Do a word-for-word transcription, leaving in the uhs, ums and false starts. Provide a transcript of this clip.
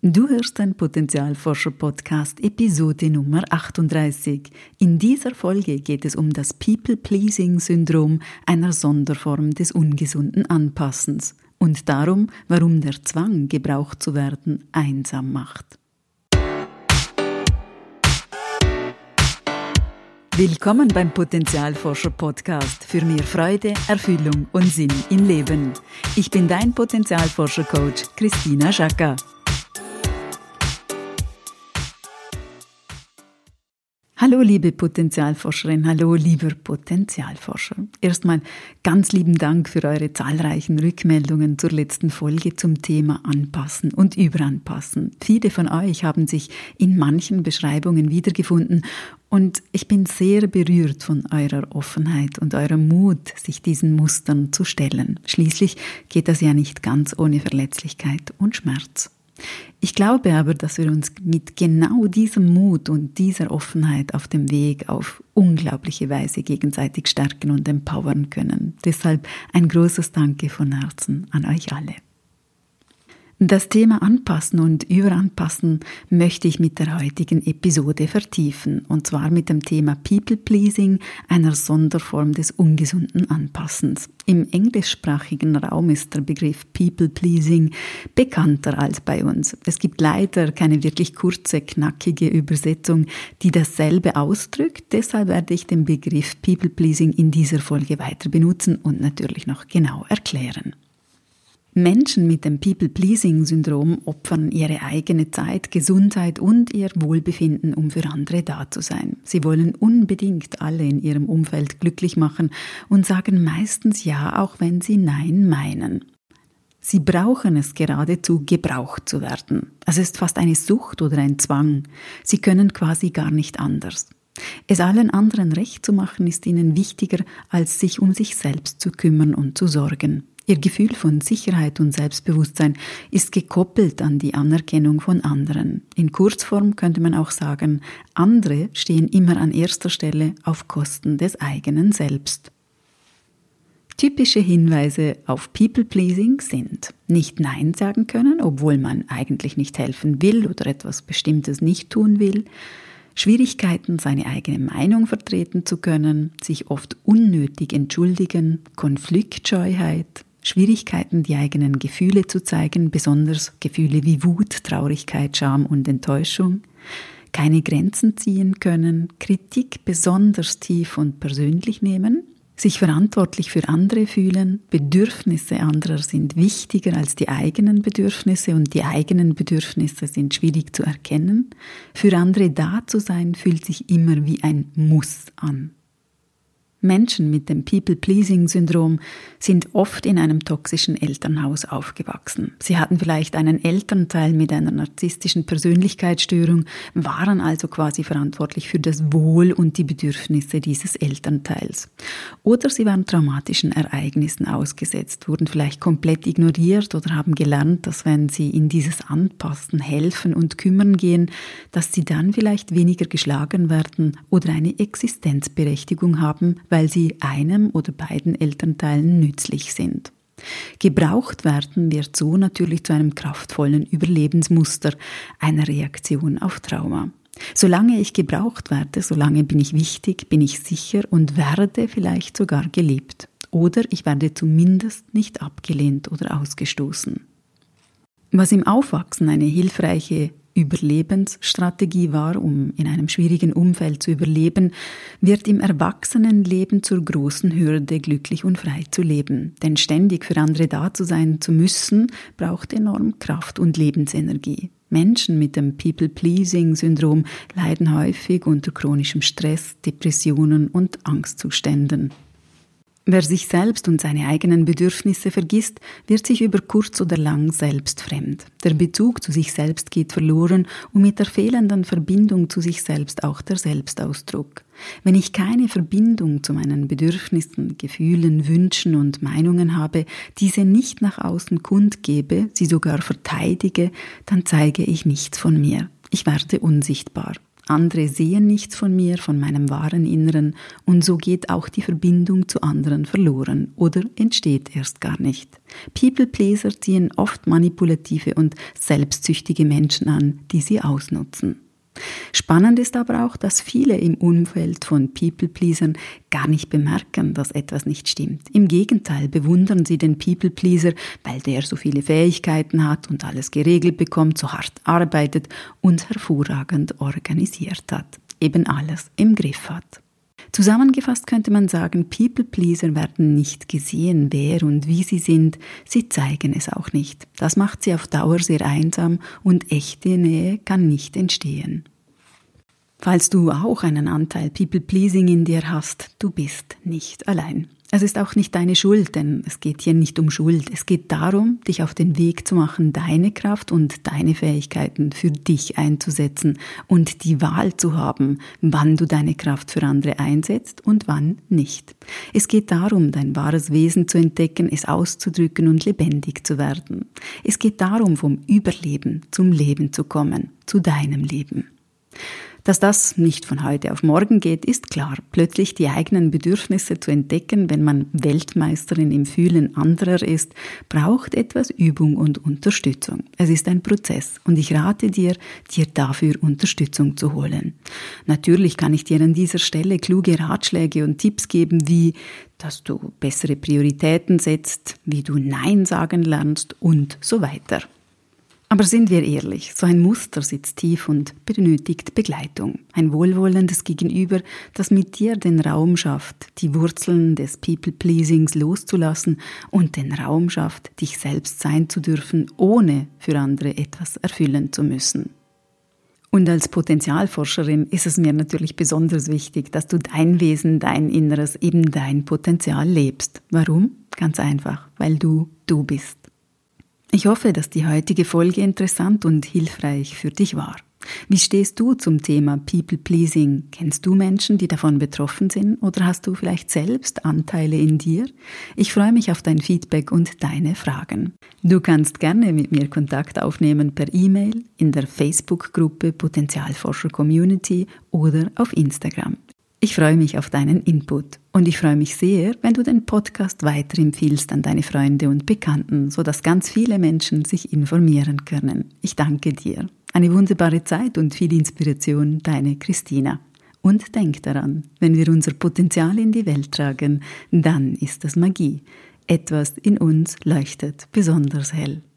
Du hörst den Potenzialforscher-Podcast Episode Nummer achtunddreißig. In dieser Folge geht es um das People-Pleasing-Syndrom, einer Sonderform des ungesunden Anpassens, und darum, warum der Zwang, gebraucht zu werden, einsam macht. Willkommen beim Potenzialforscher-Podcast für mehr Freude, Erfüllung und Sinn im Leben. Ich bin dein Potenzialforscher-Coach Christina Schaka. Hallo liebe Potenzialforscherin, hallo lieber Potenzialforscher. Erstmal ganz lieben Dank für eure zahlreichen Rückmeldungen zur letzten Folge zum Thema Anpassen und Überanpassen. Viele von euch haben sich in manchen Beschreibungen wiedergefunden und ich bin sehr berührt von eurer Offenheit und eurem Mut, sich diesen Mustern zu stellen. Schließlich geht das ja nicht ganz ohne Verletzlichkeit und Schmerz. Ich glaube aber, dass wir uns mit genau diesem Mut und dieser Offenheit auf dem Weg auf unglaubliche Weise gegenseitig stärken und empowern können. Deshalb ein großes Danke von Herzen an euch alle. Das Thema Anpassen und Überanpassen möchte ich mit der heutigen Episode vertiefen, und zwar mit dem Thema People-Pleasing, einer Sonderform des ungesunden Anpassens. Im englischsprachigen Raum ist der Begriff People-Pleasing bekannter als bei uns. Es gibt leider keine wirklich kurze, knackige Übersetzung, die dasselbe ausdrückt. Deshalb werde ich den Begriff People-Pleasing in dieser Folge weiter benutzen und natürlich noch genau erklären. Menschen mit dem People-Pleasing-Syndrom opfern ihre eigene Zeit, Gesundheit und ihr Wohlbefinden, um für andere da zu sein. Sie wollen unbedingt alle in ihrem Umfeld glücklich machen und sagen meistens Ja, auch wenn sie Nein meinen. Sie brauchen es geradezu, gebraucht zu werden. Es ist fast eine Sucht oder ein Zwang. Sie können quasi gar nicht anders. Es allen anderen recht zu machen, ist ihnen wichtiger, als sich um sich selbst zu kümmern und zu sorgen. Ihr Gefühl von Sicherheit und Selbstbewusstsein ist gekoppelt an die Anerkennung von anderen. In Kurzform könnte man auch sagen, andere stehen immer an erster Stelle auf Kosten des eigenen Selbst. Typische Hinweise auf People-Pleasing sind: nicht Nein sagen können, obwohl man eigentlich nicht helfen will oder etwas Bestimmtes nicht tun will, Schwierigkeiten, seine eigene Meinung vertreten zu können, sich oft unnötig entschuldigen, Konfliktscheuheit, Schwierigkeiten, die eigenen Gefühle zu zeigen, besonders Gefühle wie Wut, Traurigkeit, Scham und Enttäuschung, keine Grenzen ziehen können, Kritik besonders tief und persönlich nehmen, sich verantwortlich für andere fühlen, Bedürfnisse anderer sind wichtiger als die eigenen Bedürfnisse und die eigenen Bedürfnisse sind schwierig zu erkennen, für andere da zu sein fühlt sich immer wie ein Muss an. Menschen mit dem People-Pleasing-Syndrom sind oft in einem toxischen Elternhaus aufgewachsen. Sie hatten vielleicht einen Elternteil mit einer narzisstischen Persönlichkeitsstörung, waren also quasi verantwortlich für das Wohl und die Bedürfnisse dieses Elternteils. Oder sie waren traumatischen Ereignissen ausgesetzt, wurden vielleicht komplett ignoriert oder haben gelernt, dass wenn sie in dieses Anpassen, Helfen und Kümmern gehen, dass sie dann vielleicht weniger geschlagen werden oder eine Existenzberechtigung haben, weil sie einem oder beiden Elternteilen nützlich sind. Gebraucht werden wird so natürlich zu einem kraftvollen Überlebensmuster, einer Reaktion auf Trauma. Solange ich gebraucht werde, solange bin ich wichtig, bin ich sicher und werde vielleicht sogar geliebt. Oder ich werde zumindest nicht abgelehnt oder ausgestoßen. Was im Aufwachsen eine hilfreiche Überlebensstrategie war, um in einem schwierigen Umfeld zu überleben, wird im Erwachsenenleben zur großen Hürde, glücklich und frei zu leben. Denn ständig für andere da zu sein zu müssen, braucht enorm Kraft und Lebensenergie. Menschen mit dem People-Pleasing-Syndrom leiden häufig unter chronischem Stress, Depressionen und Angstzuständen. Wer sich selbst und seine eigenen Bedürfnisse vergisst, wird sich über kurz oder lang selbst fremd. Der Bezug zu sich selbst geht verloren und mit der fehlenden Verbindung zu sich selbst auch der Selbstausdruck. Wenn ich keine Verbindung zu meinen Bedürfnissen, Gefühlen, Wünschen und Meinungen habe, diese nicht nach außen kundgebe, sie sogar verteidige, dann zeige ich nichts von mir. Ich werde unsichtbar. andere sehen nichts von mir, von meinem wahren Inneren und so geht auch die Verbindung zu anderen verloren oder entsteht erst gar nicht. People-Pleaser ziehen oft manipulative und selbstsüchtige Menschen an, die sie ausnutzen. Spannend ist aber auch, dass viele im Umfeld von People-Pleasern gar nicht bemerken, dass etwas nicht stimmt. Im Gegenteil bewundern sie den People-Pleaser, weil der so viele Fähigkeiten hat und alles geregelt bekommt, so hart arbeitet und hervorragend organisiert hat. Eben alles im Griff hat. Zusammengefasst könnte man sagen, People-Pleaser werden nicht gesehen, wer und wie sie sind, sie zeigen es auch nicht. Das macht sie auf Dauer sehr einsam und echte Nähe kann nicht entstehen. Falls du auch einen Anteil People-Pleasing in dir hast, du bist nicht allein. Es ist auch nicht deine Schuld, denn es geht hier nicht um Schuld. Es geht darum, dich auf den Weg zu machen, deine Kraft und deine Fähigkeiten für dich einzusetzen und die Wahl zu haben, wann du deine Kraft für andere einsetzt und wann nicht. Es geht darum, dein wahres Wesen zu entdecken, es auszudrücken und lebendig zu werden. Es geht darum, vom Überleben zum Leben zu kommen, zu deinem Leben. Dass das nicht von heute auf morgen geht, ist klar. Plötzlich die eigenen Bedürfnisse zu entdecken, wenn man Weltmeisterin im Fühlen anderer ist, braucht etwas Übung und Unterstützung. Es ist ein Prozess und ich rate dir, dir dafür Unterstützung zu holen. Natürlich kann ich dir an dieser Stelle kluge Ratschläge und Tipps geben, wie, dass du bessere Prioritäten setzt, wie du Nein sagen lernst und so weiter. Aber sind wir ehrlich, so ein Muster sitzt tief und benötigt Begleitung. Ein wohlwollendes Gegenüber, das mit dir den Raum schafft, die Wurzeln des People-Pleasings loszulassen und den Raum schafft, dich selbst sein zu dürfen, ohne für andere etwas erfüllen zu müssen. Und als Potenzialforscherin ist es mir natürlich besonders wichtig, dass du dein Wesen, dein Inneres, eben dein Potenzial lebst. Warum? Ganz einfach, weil du du bist. Ich hoffe, dass die heutige Folge interessant und hilfreich für dich war. Wie stehst du zum Thema People-Pleasing? Kennst du Menschen, die davon betroffen sind oder hast du vielleicht selbst Anteile in dir? Ich freue mich auf dein Feedback und deine Fragen. Du kannst gerne mit mir Kontakt aufnehmen per E-Mail, in der Facebook-Gruppe Potenzialforscher Community oder auf Instagram. Ich freue mich auf deinen Input und ich freue mich sehr, wenn du den Podcast weiterempfiehlst an deine Freunde und Bekannten, sodass ganz viele Menschen sich informieren können. Ich danke dir. Eine wunderbare Zeit und viel Inspiration, deine Christina. Und denk daran, wenn wir unser Potenzial in die Welt tragen, dann ist das Magie. Etwas in uns leuchtet besonders hell.